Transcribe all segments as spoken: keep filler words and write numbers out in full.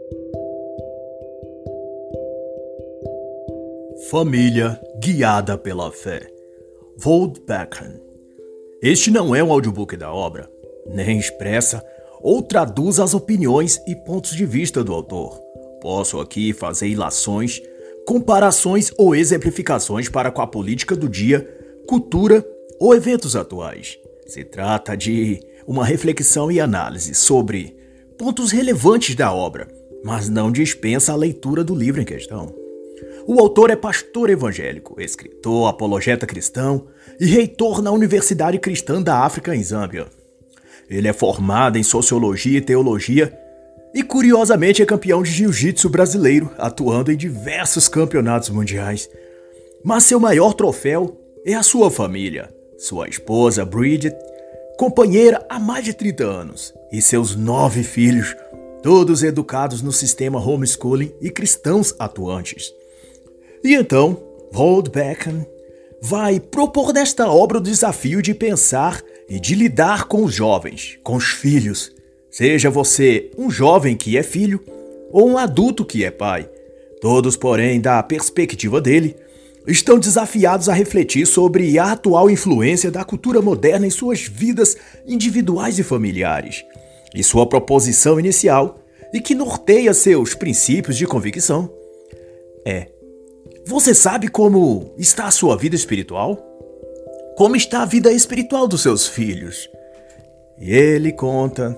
Família guiada pela fé. Vold Beckham. Este não é um audiobook da obra, nem expressa ou traduz as opiniões e pontos de vista do autor. Posso aqui fazer ilações, comparações ou exemplificações para com a política do dia, cultura ou eventos atuais. Se trata de uma reflexão e análise sobre pontos relevantes da obra, mas não dispensa a leitura do livro em questão. O autor é pastor evangélico, escritor, apologeta cristão e reitor na Universidade Cristã da África em Zâmbia. Ele é formado em Sociologia e Teologia e, curiosamente, é campeão de jiu-jitsu brasileiro, atuando em diversos campeonatos mundiais. Mas seu maior troféu é a sua família, sua esposa Bridget, companheira há mais de trinta anos, e seus nove filhos, todos educados no sistema homeschooling e cristãos atuantes. E então, Vold Beckham vai propor nesta obra o desafio de pensar e de lidar com os jovens, com os filhos. Seja você um jovem que é filho ou um adulto que é pai. Todos, porém, da perspectiva dele, estão desafiados a refletir sobre a atual influência da cultura moderna em suas vidas individuais e familiares. E sua proposição inicial, e que norteia seus princípios de convicção, é: você sabe como está a sua vida espiritual? Como está a vida espiritual dos seus filhos? E ele conta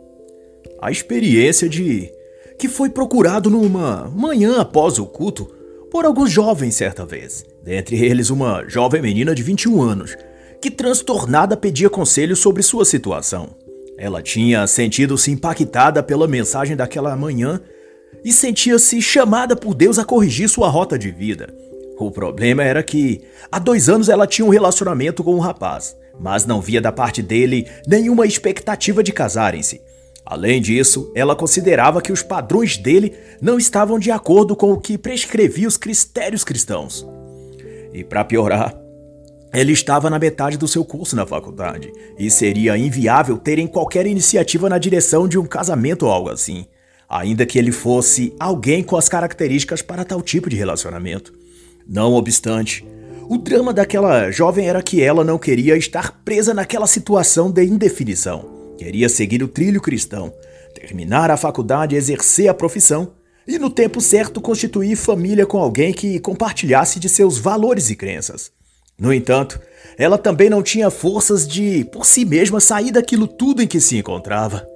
a experiência de que foi procurado numa manhã após o culto por alguns jovens certa vez. Dentre eles, uma jovem menina de vinte e um anos, que transtornada pedia conselhos sobre sua situação. Ela tinha sentido-se impactada pela mensagem daquela manhã e sentia-se chamada por Deus a corrigir sua rota de vida. O problema era que há dois anos ela tinha um relacionamento com um rapaz, mas não via da parte dele nenhuma expectativa de casarem-se. Além disso, ela considerava que os padrões dele não estavam de acordo com o que prescrevia os critérios cristãos. E para piorar, ele estava na metade do seu curso na faculdade e seria inviável terem qualquer iniciativa na direção de um casamento ou algo assim, ainda que ele fosse alguém com as características para tal tipo de relacionamento. Não obstante, o drama daquela jovem era que ela não queria estar presa naquela situação de indefinição. Queria seguir o trilho cristão, terminar a faculdade, exercer a profissão e, no tempo certo, constituir família com alguém que compartilhasse de seus valores e crenças. No entanto, ela também não tinha forças de, por si mesma, sair daquilo tudo em que se encontrava.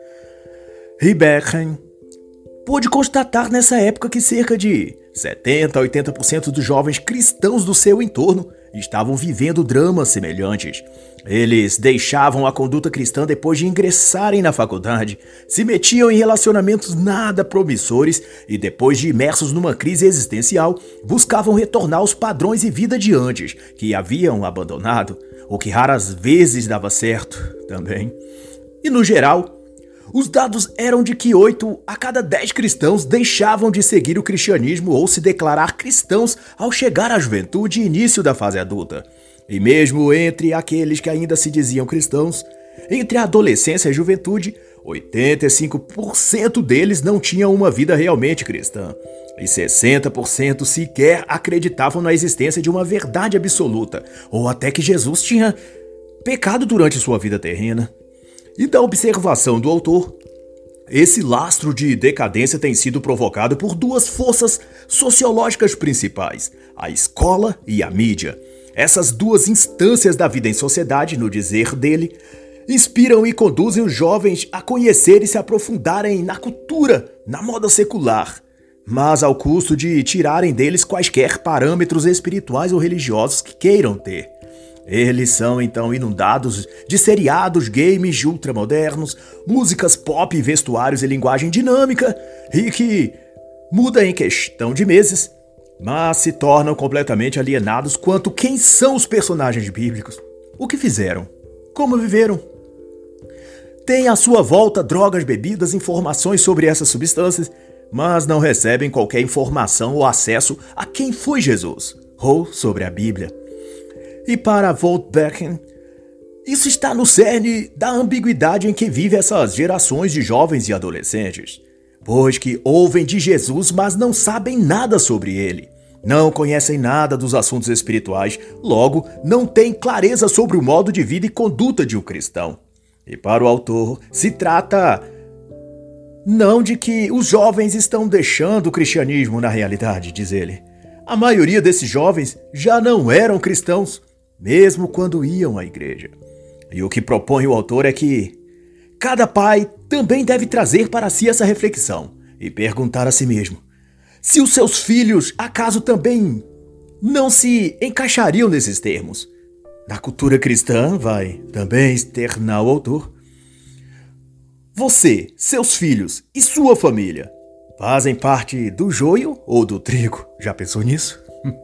E Beckham pôde constatar nessa época que cerca de setenta a oitenta por cento dos jovens cristãos do seu entorno estavam vivendo dramas semelhantes. Eles deixavam a conduta cristã depois de ingressarem na faculdade, se metiam em relacionamentos nada promissores e, depois de imersos numa crise existencial, buscavam retornar aos padrões e vida de antes, que haviam abandonado, o que raras vezes dava certo também. E, no geral, os dados eram de que oito a cada dez cristãos deixavam de seguir o cristianismo ou se declarar cristãos ao chegar à juventude e início da fase adulta. E mesmo entre aqueles que ainda se diziam cristãos, entre a adolescência e a juventude, oitenta e cinco por cento deles não tinham uma vida realmente cristã. E sessenta por cento sequer acreditavam na existência de uma verdade absoluta, ou até que Jesus tinha pecado durante sua vida terrena. E da observação do autor, esse lastro de decadência tem sido provocado por duas forças sociológicas principais, a escola e a mídia. Essas duas instâncias da vida em sociedade, no dizer dele, inspiram e conduzem os jovens a conhecer e se aprofundarem na cultura, na moda secular, mas ao custo de tirarem deles quaisquer parâmetros espirituais ou religiosos que queiram ter. Eles são então inundados de seriados, games ultramodernos, músicas pop, vestuários e linguagem dinâmica e que muda em questão de meses, mas se tornam completamente alienados quanto quem são os personagens bíblicos, o que fizeram, como viveram. Têm à sua volta drogas, bebidas, informações sobre essas substâncias, mas não recebem qualquer informação ou acesso a quem foi Jesus ou sobre a Bíblia. E para Vold Beckham, isso está no cerne da ambiguidade em que vivem essas gerações de jovens e adolescentes. pois que ouvem de Jesus, mas não sabem nada sobre ele. Não conhecem nada dos assuntos espirituais, logo não têm clareza sobre o modo de vida e conduta de um cristão. E para o autor, se trata não de que os jovens estão deixando o cristianismo na realidade, diz ele. A maioria desses jovens já não eram cristãos, mesmo quando iam à igreja. E o que propõe o autor é que cada pai também deve trazer para si essa reflexão e perguntar a si mesmo se os seus filhos, acaso também não se encaixariam nesses termos. Na cultura cristã, vai também externar o autor. Você, seus filhos e sua família fazem parte do joio ou do trigo? Já pensou nisso?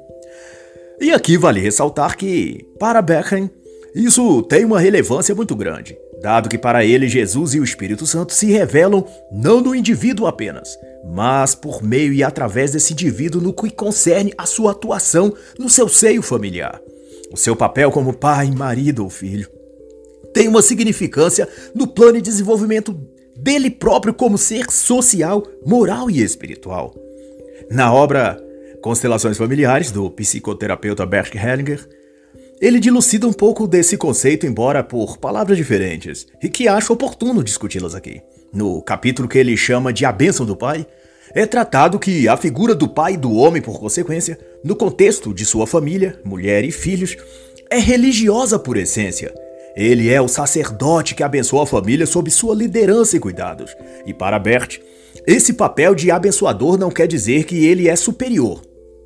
E aqui vale ressaltar que, para Beckham, isso tem uma relevância muito grande, dado que para ele Jesus e o Espírito Santo se revelam não no indivíduo apenas, mas por meio e através desse indivíduo no que concerne a sua atuação no seu seio familiar. O seu papel como pai, marido ou filho tem uma significância no plano de desenvolvimento dele próprio como ser social, moral e espiritual. Na obra Constelações Familiares, do psicoterapeuta Bert Hellinger, ele dilucida um pouco desse conceito, embora por palavras diferentes, e que acho oportuno discuti-las aqui. No capítulo que ele chama de A Bênção do Pai, é tratado que a figura do pai e do homem, por consequência, no contexto de sua família, mulher e filhos, é religiosa por essência. Ele é o sacerdote que abençoa a família sob sua liderança e cuidados. E para Bert, esse papel de abençoador não quer dizer que ele é superior,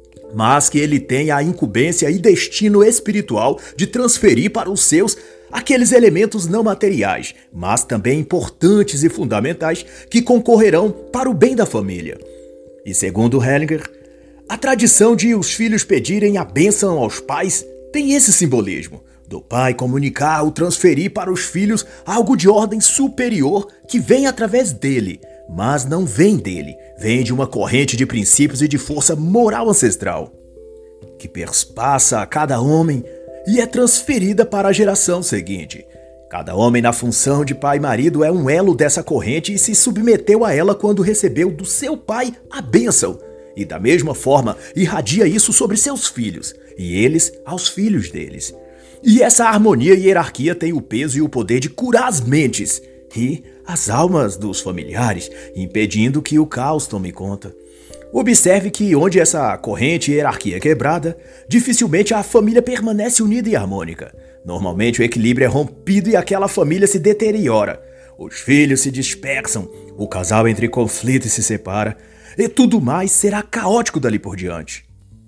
mas que ele tem a incumbência e destino espiritual de transferir para os seus aqueles elementos não materiais, mas também importantes e fundamentais que concorrerão para o bem da família. E segundo Hellinger, a tradição de os filhos pedirem a bênção aos pais tem esse simbolismo, do pai comunicar ou transferir para os filhos algo de ordem superior que vem através dele, mas não vem dele, vem de uma corrente de princípios e de força moral ancestral, que perpassa a cada homem e é transferida para a geração seguinte. Cada homem na função de pai e marido é um elo dessa corrente e se submeteu a ela quando recebeu do seu pai a bênção, e da mesma forma irradia isso sobre seus filhos, e eles aos filhos deles. E essa harmonia e hierarquia tem o peso e o poder de curar as mentes e as almas dos familiares, impedindo que o caos tome conta. Observe que onde essa corrente e hierarquia é quebrada, dificilmente a família permanece unida e harmônica. Normalmente o equilíbrio é rompido e aquela família se deteriora. Os filhos se dispersam, o casal entra em conflito e se separa, e tudo mais será caótico dali por diante.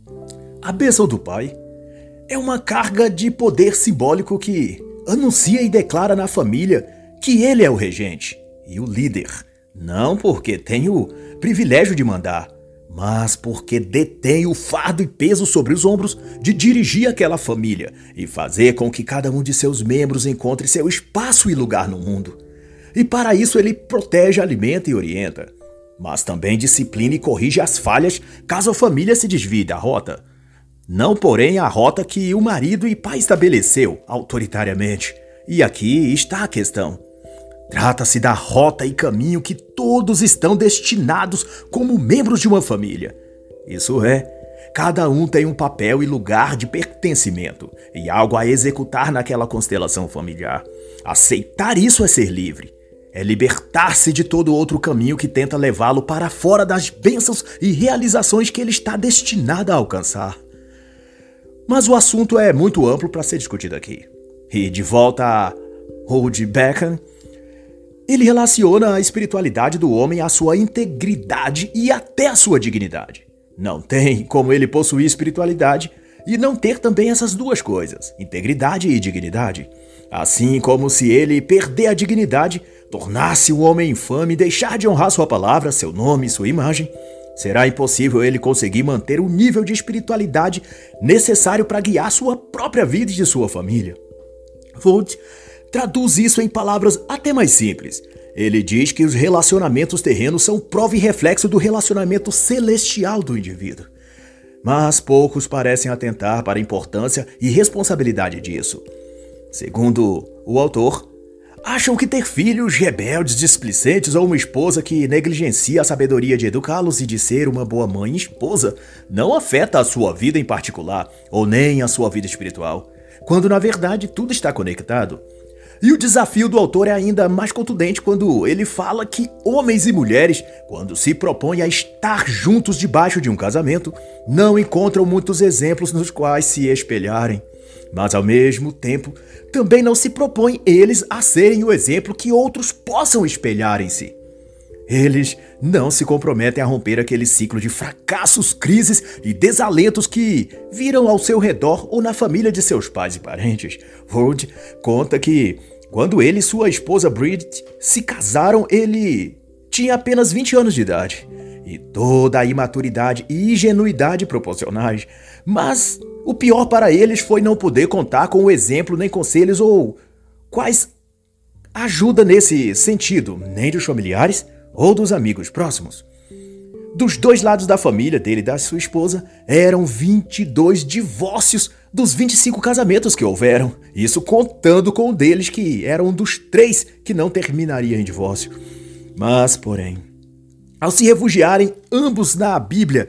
A bênção do pai é uma carga de poder simbólico que anuncia e declara na família que ele é o regente e o líder, não porque tem o privilégio de mandar, mas porque detém o fardo e peso sobre os ombros de dirigir aquela família e fazer com que cada um de seus membros encontre seu espaço e lugar no mundo. E para isso ele protege, alimenta e orienta, mas também disciplina e corrige as falhas caso a família se desvie da rota. Não, porém, a rota que o marido e pai estabeleceu autoritariamente. E aqui está a questão. Trata-se da rota e caminho que todos estão destinados como membros de uma família. Isso é, cada um tem um papel e lugar de pertencimento e algo a executar naquela constelação familiar. Aceitar isso é ser livre. É libertar-se de todo outro caminho que tenta levá-lo para fora das bênçãos e realizações que ele está destinado a alcançar. Mas o assunto é muito amplo para ser discutido aqui. E de volta a Howard Beckham, ele relaciona a espiritualidade do homem à sua integridade e até à sua dignidade. Não tem como ele possuir espiritualidade e não ter também essas duas coisas, integridade e dignidade. Assim como se ele perder a dignidade, tornar-se um homem infame e deixar de honrar sua palavra, seu nome e sua imagem, será impossível ele conseguir manter o nível de espiritualidade necessário para guiar sua própria vida e de sua família. Vogt traduz isso em palavras até mais simples. Ele diz que os relacionamentos terrenos são prova e reflexo do relacionamento celestial do indivíduo. Mas poucos parecem atentar para a importância e responsabilidade disso. Segundo o autor, Acham que ter filhos rebeldes, displicentes ou uma esposa que negligencia a sabedoria de educá-los e de ser uma boa mãe e esposa não afeta a sua vida em particular ou nem a sua vida espiritual, quando na verdade tudo está conectado. E o desafio do autor é ainda mais contundente quando ele fala que homens e mulheres, quando se propõem a estar juntos debaixo de um casamento, não encontram muitos exemplos nos quais se espelharem. Mas, ao mesmo tempo, também não se propõem eles a serem o exemplo que outros possam espelhar em si. Eles não se comprometem a romper aquele ciclo de fracassos, crises e desalentos que viram ao seu redor ou na família de seus pais e parentes. Wood conta que, quando ele e sua esposa Bridget se casaram, ele tinha apenas vinte anos de idade e toda a imaturidade e ingenuidade proporcionais, mas o pior para eles foi não poder contar com o exemplo nem conselhos ou quais ajuda nesse sentido, nem dos familiares ou dos amigos próximos. Dos dois lados da família dele e da sua esposa, eram vinte e dois divórcios dos vinte e cinco casamentos que houveram, isso contando com um deles que era um dos três que não terminaria em divórcio. Mas, porém, ao se refugiarem ambos na Bíblia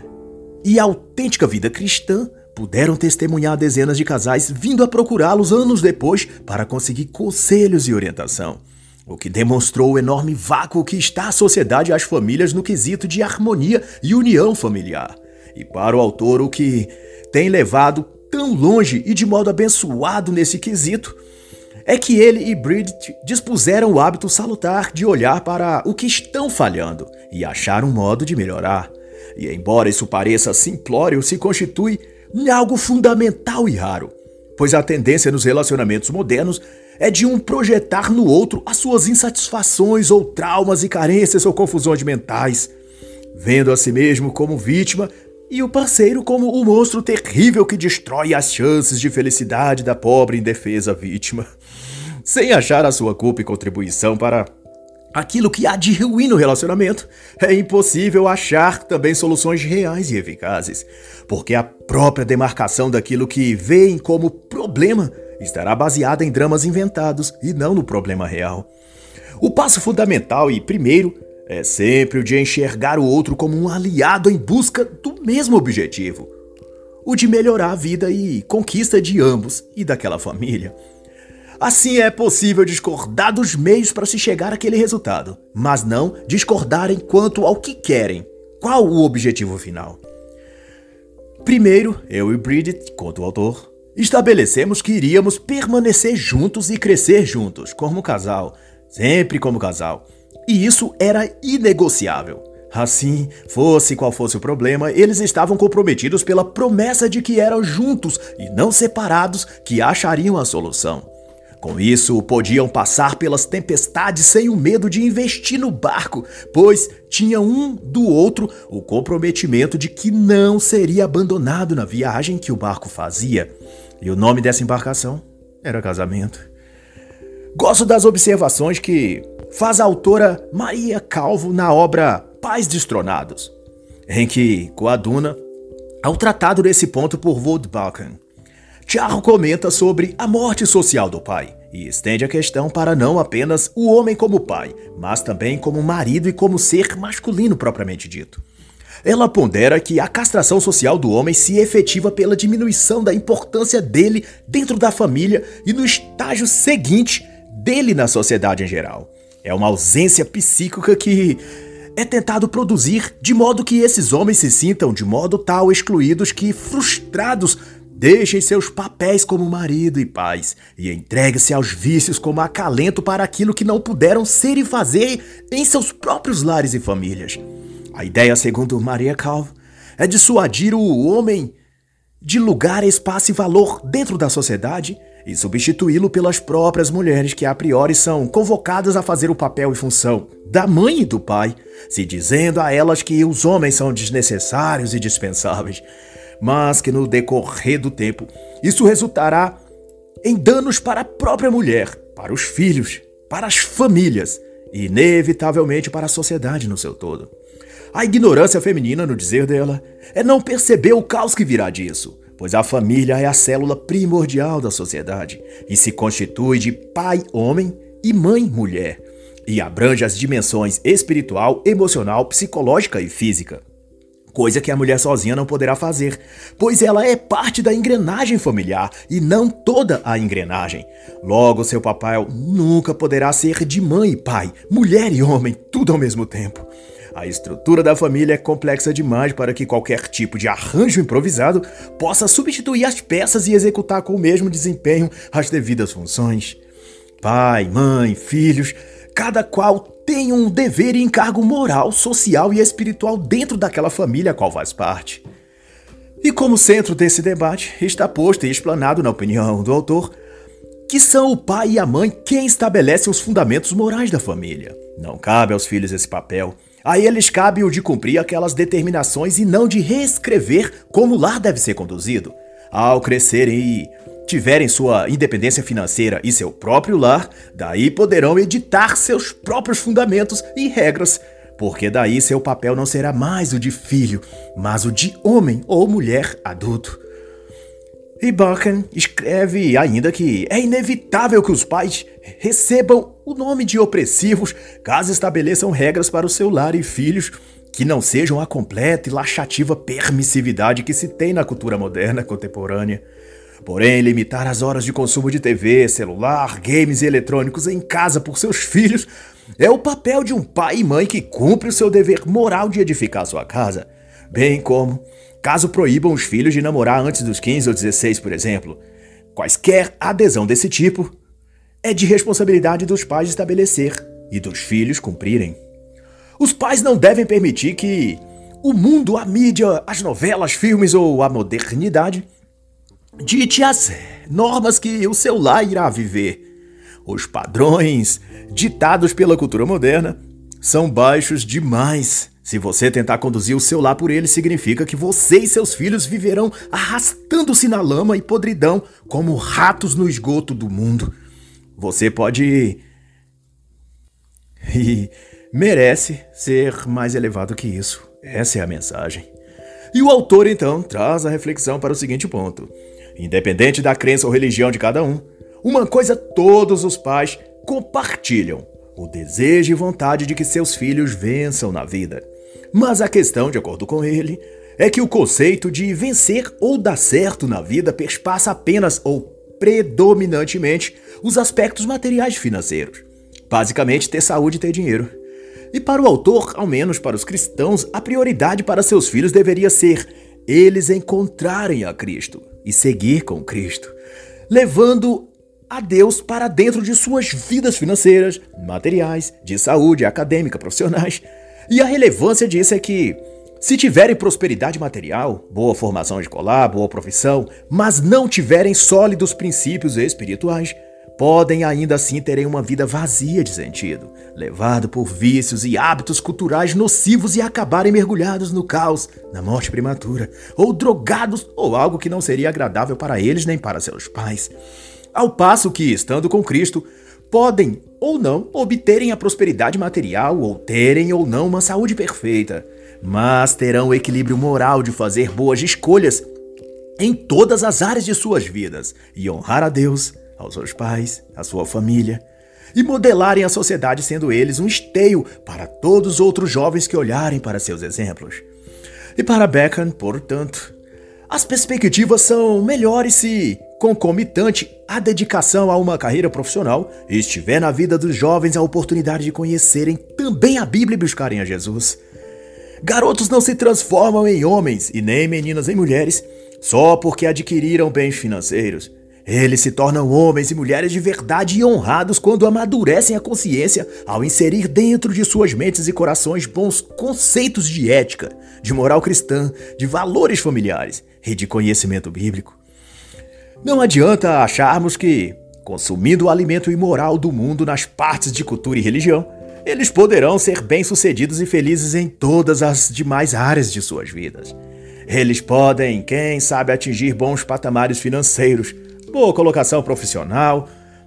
e a autêntica vida cristã, puderam testemunhar dezenas de casais vindo a procurá-los anos depois para conseguir conselhos e orientação, o que demonstrou o enorme vácuo que está a sociedade e as famílias no quesito de harmonia e união familiar. E para o autor, o que tem levado tão longe e de modo abençoado nesse quesito é que ele e Bridget dispuseram o hábito salutar de olhar para o que estão falhando e achar um modo de melhorar. E embora isso pareça simplório, se constitui em algo fundamental e raro, pois a tendência nos relacionamentos modernos é de um projetar no outro as suas insatisfações ou traumas e carências ou confusões mentais, vendo a si mesmo como vítima e o parceiro como o monstro terrível que destrói as chances de felicidade da pobre e indefesa vítima, sem achar a sua culpa e contribuição para aquilo que há de ruim no relacionamento. É impossível achar também soluções reais e eficazes, porque a própria demarcação daquilo que veem como problema estará baseada em dramas inventados e não no problema real. O passo fundamental e primeiro é sempre o de enxergar o outro como um aliado em busca do mesmo objetivo, o de melhorar a vida e conquista de ambos e daquela família. Assim é possível discordar dos meios para se chegar àquele resultado, mas não discordarem quanto ao que querem. Qual o objetivo final? Primeiro, eu e Bridget, conta o autor, estabelecemos que iríamos permanecer juntos e crescer juntos, como casal, sempre como casal. E isso era inegociável. Assim, fosse qual fosse o problema, eles estavam comprometidos pela promessa de que eram juntos e não separados que achariam a solução. Com isso, podiam passar pelas tempestades sem o medo de investir no barco, pois tinha um do outro o comprometimento de que não seria abandonado na viagem que o barco fazia. E o nome dessa embarcação era casamento. Gosto das observações que faz a autora Maria Calvo na obra Pais Destronados, em que coaduna ao tratado desse ponto por Wood Balkan. Tiago comenta sobre a morte social do pai e estende a questão para não apenas o homem como pai, mas também como marido e como ser masculino propriamente dito. Ela pondera que a castração social do homem se efetiva pela diminuição da importância dele dentro da família e no estágio seguinte dele na sociedade em geral. É uma ausência psíquica que é tentado produzir de modo que esses homens se sintam de modo tal excluídos que, frustrados, deixem seus papéis como marido e pais e entreguem-se aos vícios como acalento para aquilo que não puderam ser e fazer em seus próprios lares e famílias. A ideia, segundo Maria Calvo, é dissuadir o homem de lugar, espaço e valor dentro da sociedade e substituí-lo pelas próprias mulheres que a priori são convocadas a fazer o papel e função da mãe e do pai, se dizendo a elas que os homens são desnecessários e dispensáveis, mas que no decorrer do tempo isso resultará em danos para a própria mulher, para os filhos, para as famílias e inevitavelmente para a sociedade no seu todo. A ignorância feminina, no dizer dela, é não perceber o caos que virá disso, pois a família é a célula primordial da sociedade e se constitui de pai homem e mãe-mulher, e abrange as dimensões espiritual, emocional, psicológica e física. Coisa que a mulher sozinha não poderá fazer, pois ela é parte da engrenagem familiar e não toda a engrenagem. Logo, seu papel nunca poderá ser de mãe e pai, mulher e homem, tudo ao mesmo tempo. A estrutura da família é complexa demais para que qualquer tipo de arranjo improvisado possa substituir as peças e executar com o mesmo desempenho as devidas funções. Pai, mãe, filhos, cada qual tem um dever e encargo moral, social e espiritual dentro daquela família a qual faz parte. E como centro desse debate está posto e explanado na opinião do autor, que são o pai e a mãe quem estabelecem os fundamentos morais da família. Não cabe aos filhos esse papel. A eles cabe o de cumprir aquelas determinações e não de reescrever como o lar deve ser conduzido. Ao crescerem e tiverem sua independência financeira e seu próprio lar, daí poderão editar seus próprios fundamentos e regras, porque daí seu papel não será mais o de filho, mas o de homem ou mulher adulto. E Buchan escreve ainda que é inevitável que os pais recebam o nome de opressivos caso estabeleçam regras para o seu lar e filhos que não sejam a completa e laxativa permissividade que se tem na cultura moderna contemporânea. Porém, limitar as horas de consumo de T V, celular, games e eletrônicos em casa por seus filhos é o papel de um pai e mãe que cumpre o seu dever moral de edificar sua casa, bem como caso proíbam os filhos de namorar antes dos quinze ou dezesseis, por exemplo. Quaisquer adesão desse tipo é de responsabilidade dos pais estabelecer e dos filhos cumprirem. Os pais não devem permitir que o mundo, a mídia, as novelas, filmes ou a modernidade dite as normas que o seu lar irá viver. Os padrões ditados pela cultura moderna são baixos demais. Se você tentar conduzir o seu lar por ele, significa que você e seus filhos viverão arrastando-se na lama e podridão como ratos no esgoto do mundo. Você pode e merece ser mais elevado que isso. Essa é a mensagem. E o autor, então, traz a reflexão para o seguinte ponto. Independente da crença ou religião de cada um, uma coisa todos os pais compartilham: o desejo e vontade de que seus filhos vençam na vida. Mas a questão, de acordo com ele, é que o conceito de vencer ou dar certo na vida perpassa apenas ou predominantemente os aspectos materiais e financeiros. Basicamente, ter saúde e ter dinheiro. E para o autor, ao menos para os cristãos, a prioridade para seus filhos deveria ser eles encontrarem a Cristo e seguir com Cristo, levando a Deus para dentro de suas vidas financeiras, materiais, de saúde, acadêmica, profissionais. E a relevância disso é que, se tiverem prosperidade material, boa formação escolar, boa profissão, mas não tiverem sólidos princípios espirituais, podem ainda assim terem uma vida vazia de sentido, levado por vícios e hábitos culturais nocivos e acabarem mergulhados no caos, na morte prematura, ou drogados, ou algo que não seria agradável para eles nem para seus pais. Ao passo que, estando com Cristo, podem ou não obterem a prosperidade material ou terem ou não uma saúde perfeita, mas terão o equilíbrio moral de fazer boas escolhas em todas as áreas de suas vidas e honrar a Deus, aos seus pais, à sua família, e modelarem a sociedade sendo eles um esteio para todos os outros jovens que olharem para seus exemplos. E para Buchan, portanto, as perspectivas são melhores se, concomitante à dedicação a uma carreira profissional, estiver na vida dos jovens a oportunidade de conhecerem também a Bíblia e buscarem a Jesus. Garotos não se transformam em homens e nem meninas em mulheres só porque adquiriram bens financeiros. Eles se tornam homens e mulheres de verdade e honrados quando amadurecem a consciência ao inserir dentro de suas mentes e corações bons conceitos de ética, de moral cristã, de valores familiares e de conhecimento bíblico. Não adianta acharmos que, consumindo o alimento imoral do mundo nas partes de cultura e religião, eles poderão ser bem-sucedidos e felizes em todas as demais áreas de suas vidas. Eles podem, quem sabe, atingir bons patamares financeiros, boa colocação profissional,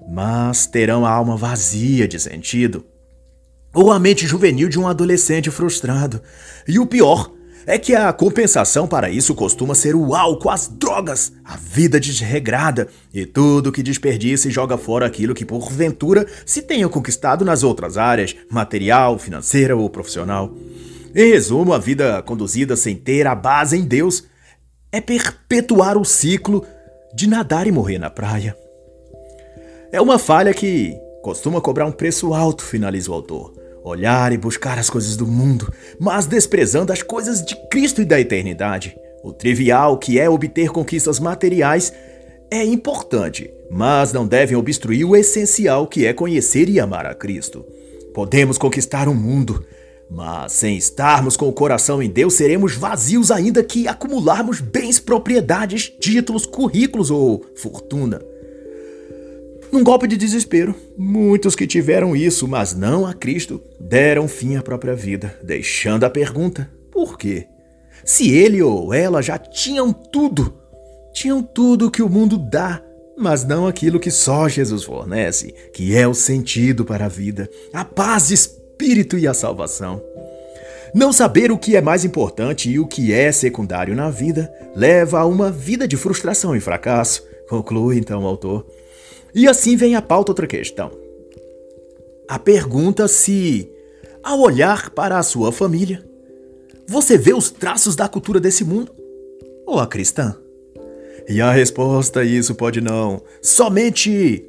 mas terão a alma vazia de sentido, ou a mente juvenil de um adolescente frustrado. E o pior, é que a compensação para isso costuma ser o álcool, as drogas, a vida desregrada e tudo que desperdiça e joga fora aquilo que porventura se tenha conquistado nas outras áreas, material, financeira ou profissional. Em resumo, a vida conduzida sem ter a base em Deus é perpetuar o ciclo de nadar e morrer na praia. É uma falha que costuma cobrar um preço alto, finaliza o autor. Olhar e buscar as coisas do mundo, mas desprezando as coisas de Cristo e da eternidade. O trivial, que é obter conquistas materiais, é importante, mas não devem obstruir o essencial, que é conhecer e amar a Cristo. Podemos conquistar o mundo, mas sem estarmos com o coração em Deus, seremos vazios ainda que acumularmos bens, propriedades, títulos, currículos ou fortuna. Num golpe de desespero, muitos que tiveram isso, mas não a Cristo, deram fim à própria vida, deixando a pergunta: por quê? Se ele ou ela já tinham tudo, tinham tudo que o mundo dá, mas não aquilo que só Jesus fornece, que é o sentido para a vida, a paz de espírito e a salvação. Não saber o que é mais importante e o que é secundário na vida leva a uma vida de frustração e fracasso, conclui então o autor. E assim vem à pauta outra questão. A pergunta se, ao olhar para a sua família, você vê os traços da cultura desse mundo ou a cristã? E a resposta a isso pode não somente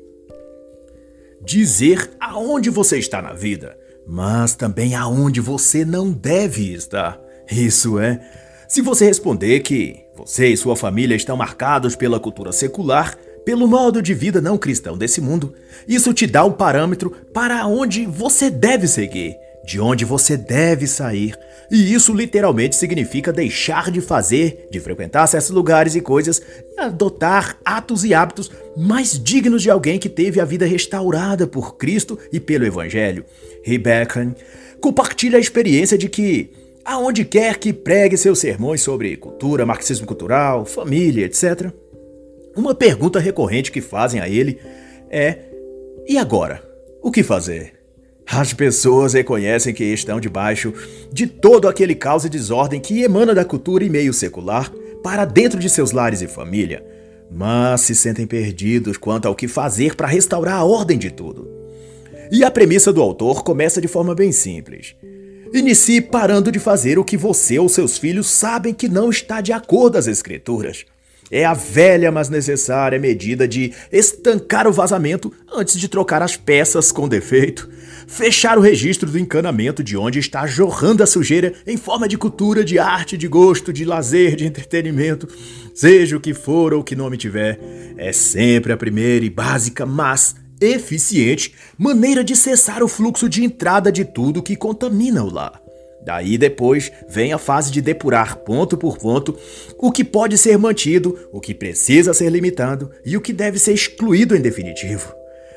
dizer aonde você está na vida, mas também aonde você não deve estar. Isso é, se você responder que você e sua família estão marcados pela cultura secular, pelo modo de vida não cristão desse mundo, isso te dá um parâmetro para onde você deve seguir, de onde você deve sair. E isso literalmente significa deixar de fazer, de frequentar certos lugares e coisas, e adotar atos e hábitos mais dignos de alguém que teve a vida restaurada por Cristo e pelo Evangelho. Rebecca compartilha a experiência de que, aonde quer que pregue seus sermões sobre cultura, marxismo cultural, família, etcétera, uma pergunta recorrente que fazem a ele é: e agora? O que fazer? As pessoas reconhecem que estão debaixo de todo aquele caos e desordem que emana da cultura e meio secular para dentro de seus lares e família, mas se sentem perdidos quanto ao que fazer para restaurar a ordem de tudo. E a premissa do autor começa de forma bem simples. Inicie parando de fazer o que você ou seus filhos sabem que não está de acordo às Escrituras. É a velha, mas necessária medida de estancar o vazamento antes de trocar as peças com defeito. Fechar o registro do encanamento de onde está jorrando a sujeira em forma de cultura, de arte, de gosto, de lazer, de entretenimento. Seja o que for ou que nome tiver, é sempre a primeira e básica, mas eficiente maneira de cessar o fluxo de entrada de tudo que contamina o lar. Daí depois vem a fase de depurar ponto por ponto o que pode ser mantido, o que precisa ser limitado e o que deve ser excluído em definitivo.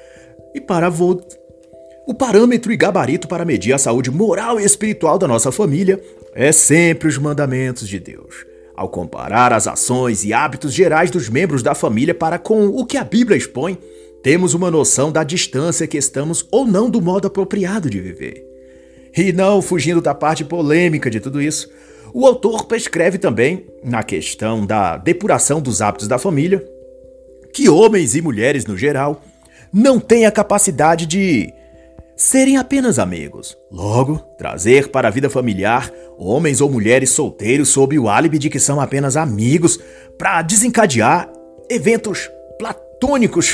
E para Vogt, o parâmetro e gabarito para medir a saúde moral e espiritual da nossa família é sempre os mandamentos de Deus. Ao comparar as ações e hábitos gerais dos membros da família para com o que a Bíblia expõe, temos uma noção da distância que estamos ou não do modo apropriado de viver. E não fugindo da parte polêmica de tudo isso, o autor prescreve também, na questão da depuração dos hábitos da família, que homens e mulheres no geral não têm a capacidade de serem apenas amigos. Logo, trazer para a vida familiar homens ou mulheres solteiros sob o álibi de que são apenas amigos para desencadear eventos platônicos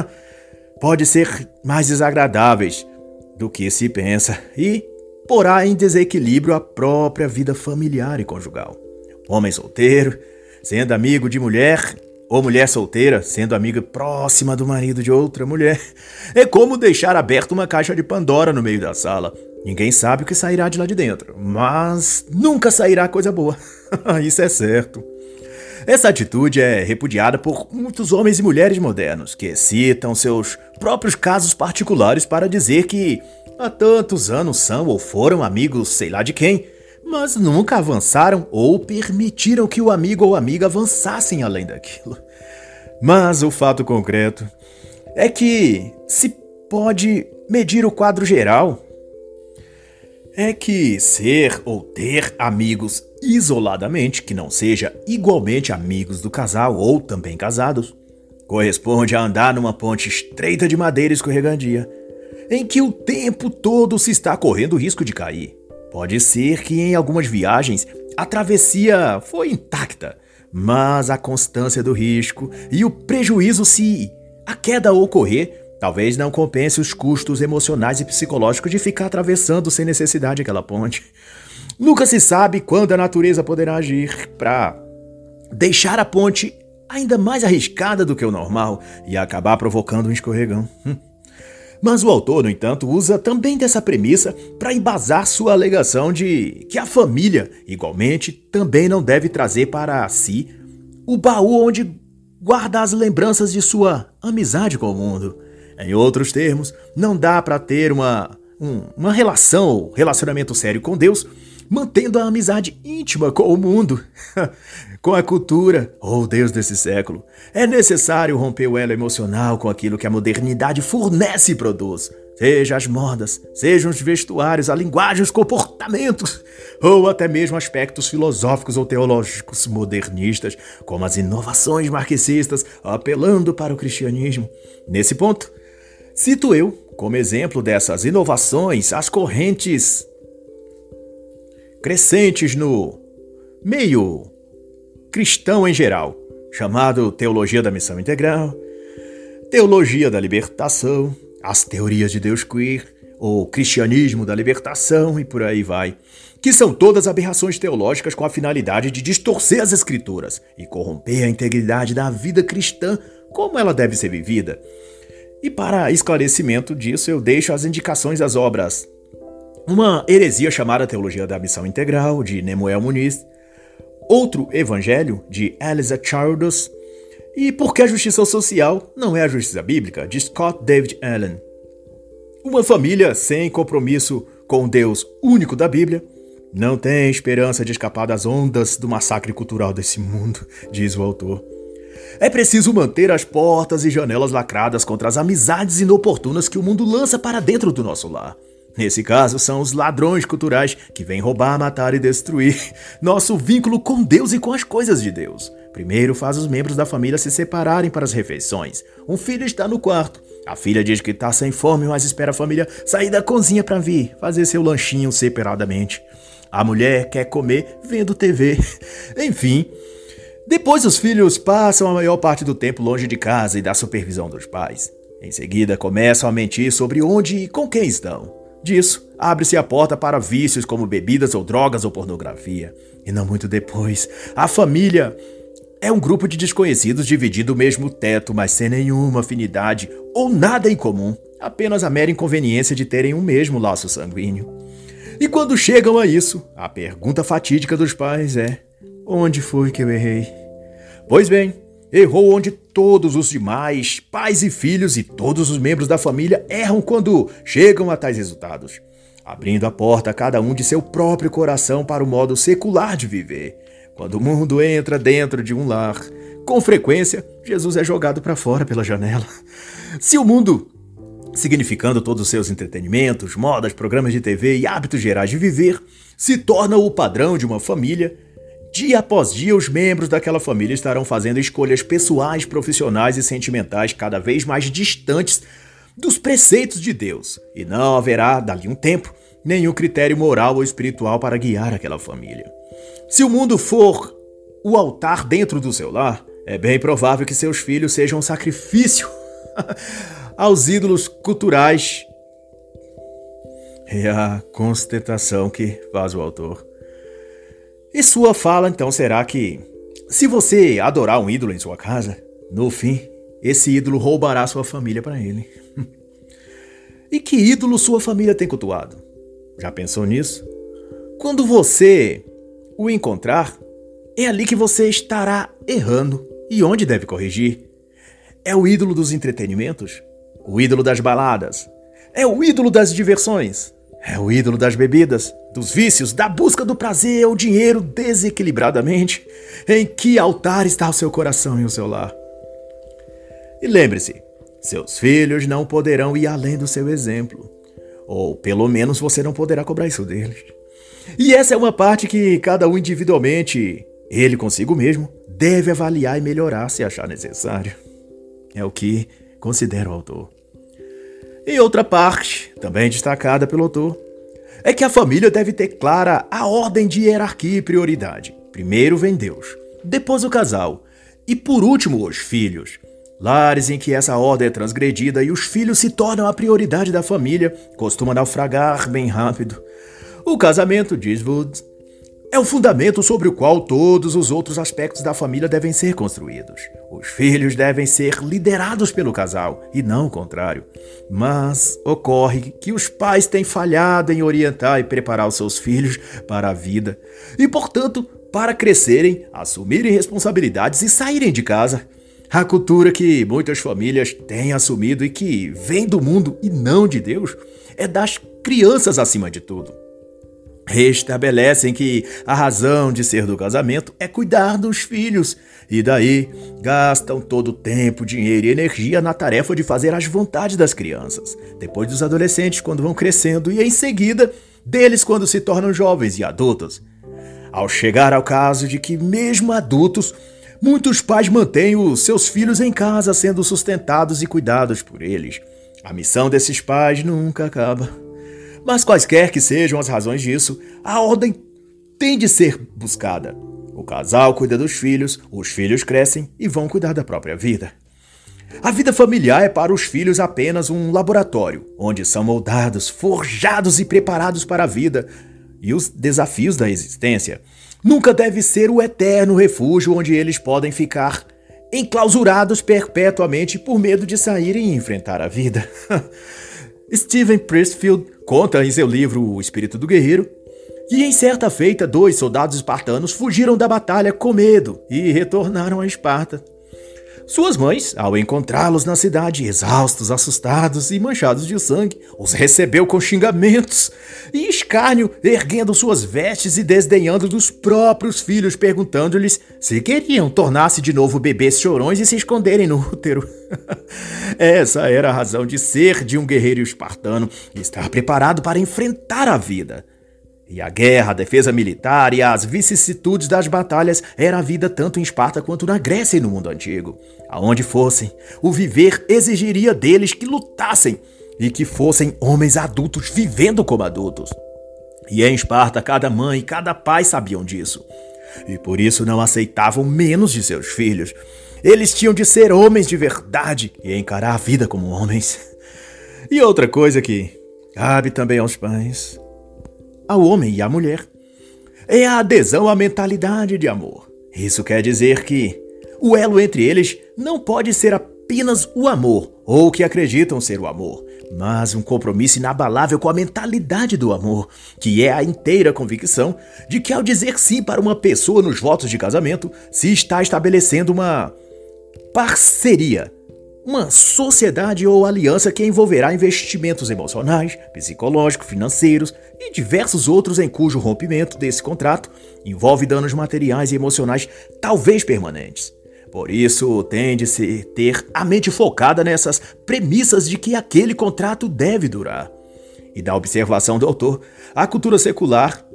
pode ser mais desagradáveis do que se pensa e porá em desequilíbrio a própria vida familiar e conjugal. Homem solteiro, sendo amigo de mulher, ou mulher solteira, sendo amiga próxima do marido de outra mulher, é como deixar aberta uma caixa de Pandora no meio da sala. Ninguém sabe o que sairá de lá de dentro, mas nunca sairá coisa boa. Isso é certo. Essa atitude é repudiada por muitos homens e mulheres modernos, que citam seus próprios casos particulares para dizer que há tantos anos são ou foram amigos sei lá de quem, mas nunca avançaram ou permitiram que o amigo ou amiga avançassem além daquilo. Mas o fato concreto é que se pode medir o quadro geral é que ser ou ter amigos isoladamente, que não seja igualmente amigos do casal ou também casados, corresponde a andar numa ponte estreita de madeira escorregadia, em que o tempo todo se está correndo o risco de cair. Pode ser que em algumas viagens a travessia foi intacta, mas a constância do risco e o prejuízo se a queda ocorrer talvez não compense os custos emocionais e psicológicos de ficar atravessando sem necessidade aquela ponte. Nunca se sabe quando a natureza poderá agir para deixar a ponte ainda mais arriscada do que o normal e acabar provocando um escorregão. Hum. Mas o autor, no entanto, usa também dessa premissa para embasar sua alegação de que a família, igualmente, também não deve trazer para si o baú onde guarda as lembranças de sua amizade com o mundo. Em outros termos, não dá para ter uma, um, uma relação ou relacionamento sério com Deus, mantendo a amizade íntima com o mundo, com a cultura ou Deus desse século. É necessário romper o elo emocional com aquilo que a modernidade fornece e produz, seja as modas, sejam os vestuários, a linguagem, os comportamentos, ou até mesmo aspectos filosóficos ou teológicos modernistas, como as inovações marxistas apelando para o cristianismo. Nesse ponto, cito eu, como exemplo dessas inovações, as correntes crescentes no meio cristão em geral, chamado Teologia da Missão Integral, Teologia da Libertação, as Teorias de Deus Queer, ou Cristianismo da Libertação e por aí vai, que são todas aberrações teológicas com a finalidade de distorcer as Escrituras e corromper a integridade da vida cristã como ela deve ser vivida. E para esclarecimento disso, eu deixo as indicações das obras uma heresia chamada Teologia da Missão Integral, de Nemuel Muniz, outro Evangelho, de Eliza Childers, e Por que a Justiça Social não é a Justiça Bíblica, de Scott David Allen. Uma família sem compromisso com o Deus único da Bíblia não tem esperança de escapar das ondas do massacre cultural desse mundo, diz o autor. É preciso manter as portas e janelas lacradas contra as amizades inoportunas que o mundo lança para dentro do nosso lar. Nesse caso, são os ladrões culturais que vêm roubar, matar e destruir nosso vínculo com Deus e com as coisas de Deus. Primeiro, faz os membros da família se separarem para as refeições. Um filho está no quarto. A filha diz que está sem fome, mas espera a família sair da cozinha para vir fazer seu lanchinho separadamente. A mulher quer comer vendo T V. Enfim, depois os filhos passam a maior parte do tempo longe de casa e da supervisão dos pais. Em seguida, começam a mentir sobre onde e com quem estão. Disso, abre-se a porta para vícios como bebidas ou drogas ou pornografia. E não muito depois, a família é um grupo de desconhecidos dividindo o mesmo teto, mas sem nenhuma afinidade ou nada em comum, apenas a mera inconveniência de terem um mesmo laço sanguíneo. E quando chegam a isso, a pergunta fatídica dos pais é: onde foi que eu errei? Pois bem, errou onde todos os demais, pais e filhos e todos os membros da família erram quando chegam a tais resultados, abrindo a porta a cada um de seu próprio coração para o modo secular de viver. Quando o mundo entra dentro de um lar, com frequência, Jesus é jogado para fora pela janela. Se o mundo, significando todos os seus entretenimentos, modas, programas de T V e hábitos gerais de viver, se torna o padrão de uma família, dia após dia, os membros daquela família estarão fazendo escolhas pessoais, profissionais e sentimentais cada vez mais distantes dos preceitos de Deus, e não haverá, dali um tempo, nenhum critério moral ou espiritual para guiar aquela família. Se o mundo for o altar dentro do seu lar, é bem provável que seus filhos sejam um sacrifício aos ídolos culturais. É a constatação que faz o autor. E sua fala, então, será que, se você adorar um ídolo em sua casa, no fim, esse ídolo roubará sua família para ele. E que ídolo sua família tem cultuado? Já pensou nisso? Quando você o encontrar, é ali que você estará errando e onde deve corrigir. É o ídolo dos entretenimentos? O ídolo das baladas? É o ídolo das diversões? É o ídolo das bebidas, dos vícios, da busca do prazer ou dinheiro desequilibradamente? Em que altar está o seu coração e o seu lar? E lembre-se, seus filhos não poderão ir além do seu exemplo. Ou pelo menos você não poderá cobrar isso deles. E essa é uma parte que cada um individualmente, ele consigo mesmo, deve avaliar e melhorar se achar necessário. É o que considera o autor. E outra parte, também destacada pelo autor, é que a família deve ter clara a ordem de hierarquia e prioridade. Primeiro vem Deus, depois o casal e por último os filhos. Lares em que essa ordem é transgredida e os filhos se tornam a prioridade da família costuma naufragar bem rápido. O casamento, diz Wood, é o fundamento sobre o qual todos os outros aspectos da família devem ser construídos. Os filhos devem ser liderados pelo casal, e não o contrário. Mas ocorre que os pais têm falhado em orientar e preparar os seus filhos para a vida, e, portanto, para crescerem, assumirem responsabilidades e saírem de casa. A cultura que muitas famílias têm assumido e que vem do mundo e não de Deus é das crianças acima de tudo. Estabelecem que a razão de ser do casamento é cuidar dos filhos, e daí gastam todo o tempo, dinheiro e energia na tarefa de fazer as vontades das crianças, depois dos adolescentes quando vão crescendo e em seguida deles quando se tornam jovens e adultos. Ao chegar ao caso de que mesmo adultos, muitos pais mantêm os seus filhos em casa sendo sustentados e cuidados por eles. A missão desses pais nunca acaba. Mas quaisquer que sejam as razões disso, a ordem tem de ser buscada. O casal cuida dos filhos, os filhos crescem e vão cuidar da própria vida. A vida familiar é para os filhos apenas um laboratório, onde são moldados, forjados e preparados para a vida e os desafios da existência. Nunca deve ser o eterno refúgio onde eles podem ficar enclausurados perpetuamente por medo de saírem e enfrentar a vida. Steven Pressfield conta em seu livro O Espírito do Guerreiro que em certa feita dois soldados espartanos fugiram da batalha com medo e retornaram a Esparta. Suas mães, ao encontrá-los na cidade, exaustos, assustados e manchados de sangue, os recebeu com xingamentos e escárnio, erguendo suas vestes e desdenhando dos próprios filhos, perguntando-lhes se queriam tornar-se de novo bebês chorões e se esconderem no útero. Essa era a razão de ser de um guerreiro espartano, estar preparado para enfrentar a vida. E a guerra, a defesa militar e as vicissitudes das batalhas era a vida tanto em Esparta quanto na Grécia e no mundo antigo. Aonde fossem, o viver exigiria deles que lutassem e que fossem homens adultos vivendo como adultos. E em Esparta, cada mãe e cada pai sabiam disso. E por isso não aceitavam menos de seus filhos. Eles tinham de ser homens de verdade e encarar a vida como homens. E outra coisa que cabe também aos pais, ao homem e à mulher, é a adesão à mentalidade de amor. Isso quer dizer que o elo entre eles não pode ser apenas o amor, ou o que acreditam ser o amor, mas um compromisso inabalável com a mentalidade do amor, que é a inteira convicção de que ao dizer sim para uma pessoa nos votos de casamento, se está estabelecendo uma parceria, uma sociedade ou aliança que envolverá investimentos emocionais, psicológicos, financeiros e diversos outros em cujo rompimento desse contrato envolve danos materiais e emocionais talvez permanentes. Por isso, tem de se ter a mente focada nessas premissas de que aquele contrato deve durar. E da observação do autor, a cultura secular,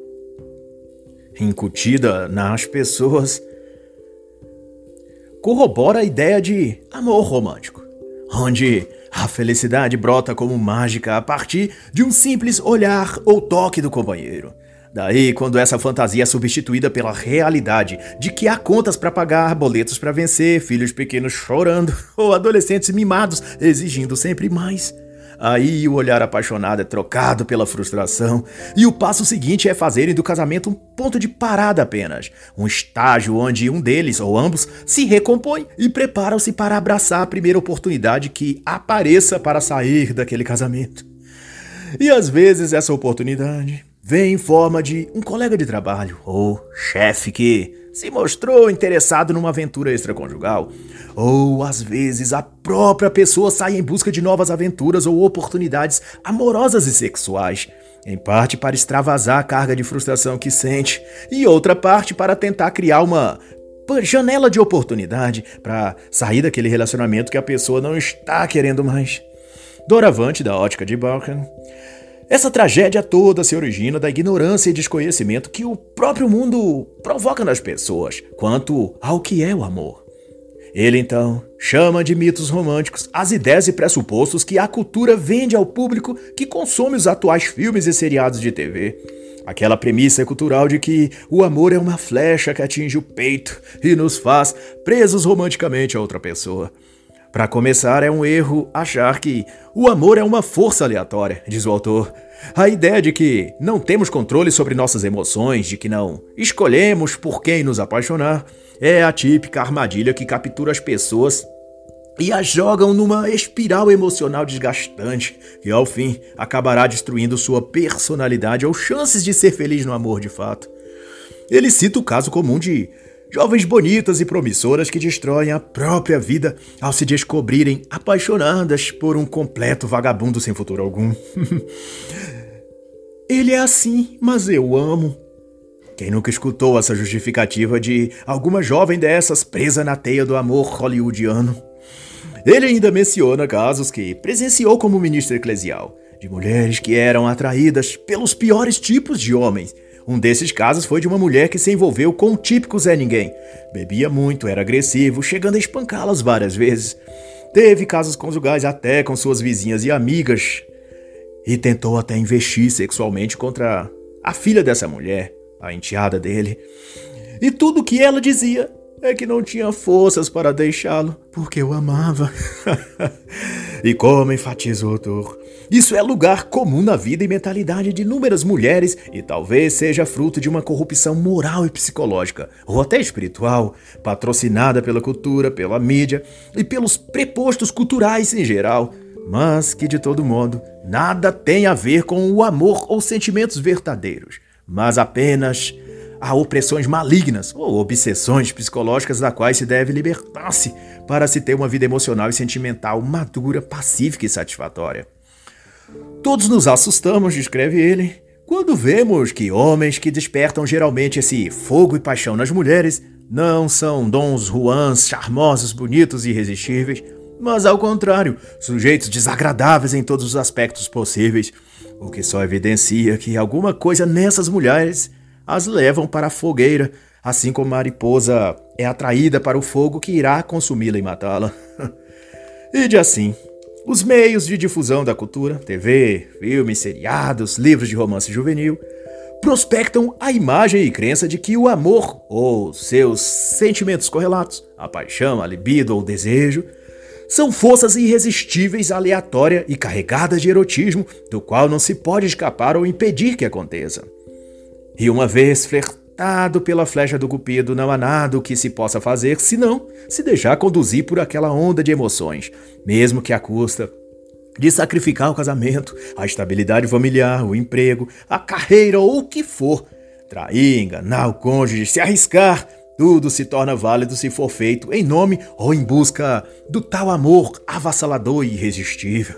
incutida nas pessoas, corrobora a ideia de amor romântico, onde a felicidade brota como mágica a partir de um simples olhar ou toque do companheiro. Daí, quando essa fantasia é substituída pela realidade de que há contas para pagar, boletos para vencer, filhos pequenos chorando ou adolescentes mimados exigindo sempre mais, aí o olhar apaixonado é trocado pela frustração e o passo seguinte é fazerem do casamento um ponto de parada apenas, um estágio onde um deles ou ambos se recompõe e preparam-se para abraçar a primeira oportunidade que apareça para sair daquele casamento. E às vezes essa oportunidade vem em forma de um colega de trabalho ou chefe que se mostrou interessado numa aventura extraconjugal, ou às vezes a própria pessoa sai em busca de novas aventuras ou oportunidades amorosas e sexuais, em parte para extravasar a carga de frustração que sente e outra parte para tentar criar uma janela de oportunidade para sair daquele relacionamento que a pessoa não está querendo mais. Doravante, da ótica de Balkan, Essa tragédia toda se origina da ignorância e desconhecimento que o próprio mundo provoca nas pessoas quanto ao que é o amor. Ele, então, chama de mitos românticos as ideias e pressupostos que a cultura vende ao público que consome os atuais filmes e seriados de T V. Aquela premissa cultural de que o amor é uma flecha que atinge o peito e nos faz presos romanticamente a outra pessoa. Para começar, é um erro achar que o amor é uma força aleatória, diz o autor. A ideia de que não temos controle sobre nossas emoções, de que não escolhemos por quem nos apaixonar, é a típica armadilha que captura as pessoas e as jogam numa espiral emocional desgastante, que ao fim acabará destruindo sua personalidade ou chances de ser feliz no amor de fato. Ele cita o caso comum de jovens bonitas e promissoras que destroem a própria vida ao se descobrirem apaixonadas por um completo vagabundo sem futuro algum. Ele é assim, mas eu amo. Quem nunca escutou essa justificativa de alguma jovem dessas presa na teia do amor hollywoodiano? Ele ainda menciona casos que presenciou como ministro eclesial, de mulheres que eram atraídas pelos piores tipos de homens. Um desses casos foi de uma mulher que se envolveu com o típico Zé Ninguém. Bebia muito, era agressivo, chegando a espancá-las várias vezes. Teve casos conjugais até com suas vizinhas e amigas. E tentou até investir sexualmente contra a filha dessa mulher, a enteada dele. E tudo que ela dizia é que não tinha forças para deixá-lo, porque o amava. E como enfatiza o autor, isso é lugar comum na vida e mentalidade de inúmeras mulheres e talvez seja fruto de uma corrupção moral e psicológica, ou até espiritual, patrocinada pela cultura, pela mídia e pelos prepostos culturais em geral, mas que de todo modo nada tem a ver com o amor ou sentimentos verdadeiros, mas apenas há opressões malignas ou obsessões psicológicas da quais se deve libertar-se para se ter uma vida emocional e sentimental madura, pacífica e satisfatória. Todos nos assustamos, descreve ele, quando vemos que homens que despertam geralmente esse fogo e paixão nas mulheres não são dons Juans, charmosos, bonitos e irresistíveis, mas ao contrário, sujeitos desagradáveis em todos os aspectos possíveis, o que só evidencia que alguma coisa nessas mulheres as levam para a fogueira, assim como a mariposa é atraída para o fogo que irá consumi-la e matá-la. E de assim, os meios de difusão da cultura, T V, filmes, seriados, livros de romance juvenil, prospectam a imagem e crença de que o amor, ou seus sentimentos correlatos, a paixão, a libido ou o desejo, são forças irresistíveis, aleatórias e carregadas de erotismo, do qual não se pode escapar ou impedir que aconteça. E uma vez flertado pela flecha do cupido, não há nada o que se possa fazer senão se deixar conduzir por aquela onda de emoções, mesmo que à custa de sacrificar o casamento, a estabilidade familiar, o emprego, a carreira ou o que for. Trair, enganar o cônjuge, se arriscar, tudo se torna válido se for feito em nome ou em busca do tal amor avassalador e irresistível.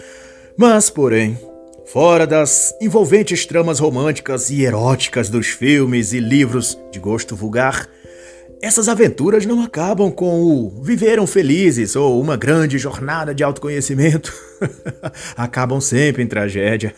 Mas, porém, fora das envolventes tramas românticas e eróticas dos filmes e livros de gosto vulgar, essas aventuras não acabam com o viveram felizes ou uma grande jornada de autoconhecimento. Acabam sempre em tragédia.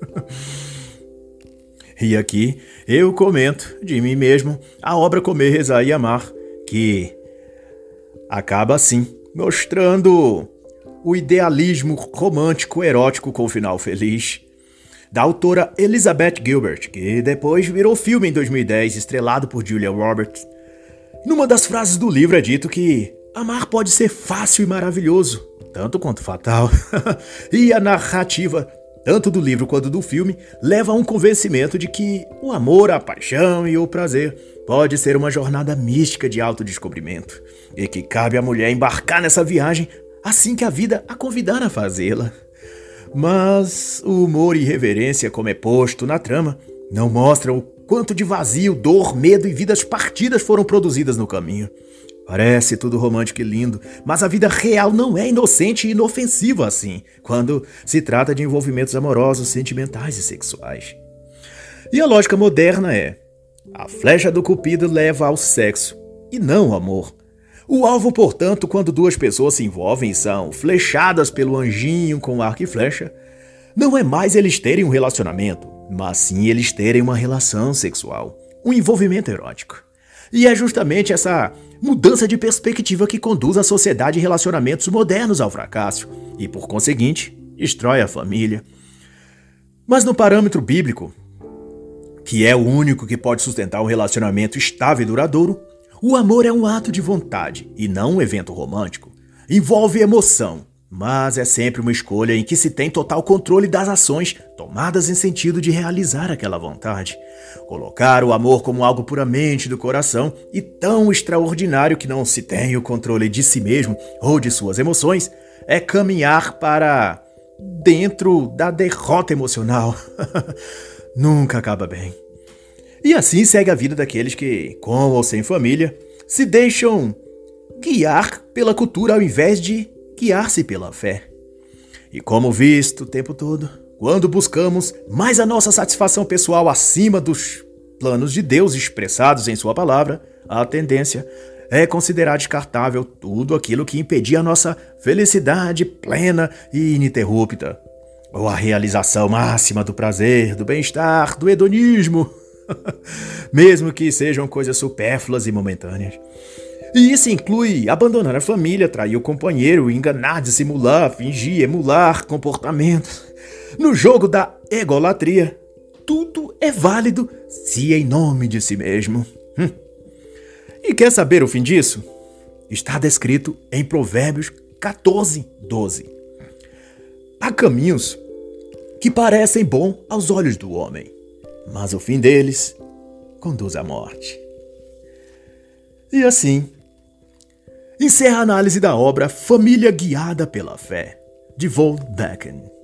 E aqui eu comento de mim mesmo a obra Comer, Rezar e Amar, que acaba assim, mostrando o idealismo romântico erótico com final feliz, da autora Elizabeth Gilbert, que depois virou filme em dois mil e dez, estrelado por Julia Roberts. Numa das frases do livro é dito que amar pode ser fácil e maravilhoso, tanto quanto fatal. E a narrativa, tanto do livro quanto do filme, leva a um convencimento de que o amor, a paixão e o prazer pode ser uma jornada mística de autodescobrimento, e que cabe à mulher embarcar nessa viagem assim que a vida a convidar a fazê-la. Mas o humor e irreverência, como é posto na trama, não mostram o quanto de vazio, dor, medo e vidas partidas foram produzidas no caminho. Parece tudo romântico e lindo, mas a vida real não é inocente e inofensiva assim, quando se trata de envolvimentos amorosos, sentimentais e sexuais. E a lógica moderna é: a flecha do cupido leva ao sexo, e não ao amor. O alvo, portanto, quando duas pessoas se envolvem e são flechadas pelo anjinho com arco e flecha, não é mais eles terem um relacionamento, mas sim eles terem uma relação sexual, um envolvimento erótico. E é justamente essa mudança de perspectiva que conduz a sociedade e relacionamentos modernos ao fracasso e, por conseguinte, destrói a família. Mas no parâmetro bíblico, que é o único que pode sustentar um relacionamento estável e duradouro, o amor é um ato de vontade e não um evento romântico. Envolve emoção, mas é sempre uma escolha em que se tem total controle das ações tomadas em sentido de realizar aquela vontade. Colocar o amor como algo puramente do coração e tão extraordinário que não se tem o controle de si mesmo ou de suas emoções é caminhar para dentro da derrota emocional. Nunca acaba bem. E assim segue a vida daqueles que, com ou sem família, se deixam guiar pela cultura ao invés de guiar-se pela fé. E como visto o tempo todo, quando buscamos mais a nossa satisfação pessoal acima dos planos de Deus expressados em sua palavra, a tendência é considerar descartável tudo aquilo que impedia a nossa felicidade plena e ininterrupta, ou a realização máxima do prazer, do bem-estar, do hedonismo, mesmo que sejam coisas supérfluas e momentâneas. E isso inclui abandonar a família, trair o companheiro, enganar, dissimular, fingir, emular comportamentos. No jogo da egolatria, tudo é válido se é em nome de si mesmo. Hum. E quer saber o fim disso? Está descrito em Provérbios quatorze, doze. Há caminhos que parecem bons aos olhos do homem, mas o fim deles conduz à morte. E assim, encerra a análise da obra Família Guiada pela Fé, de Vold Becken.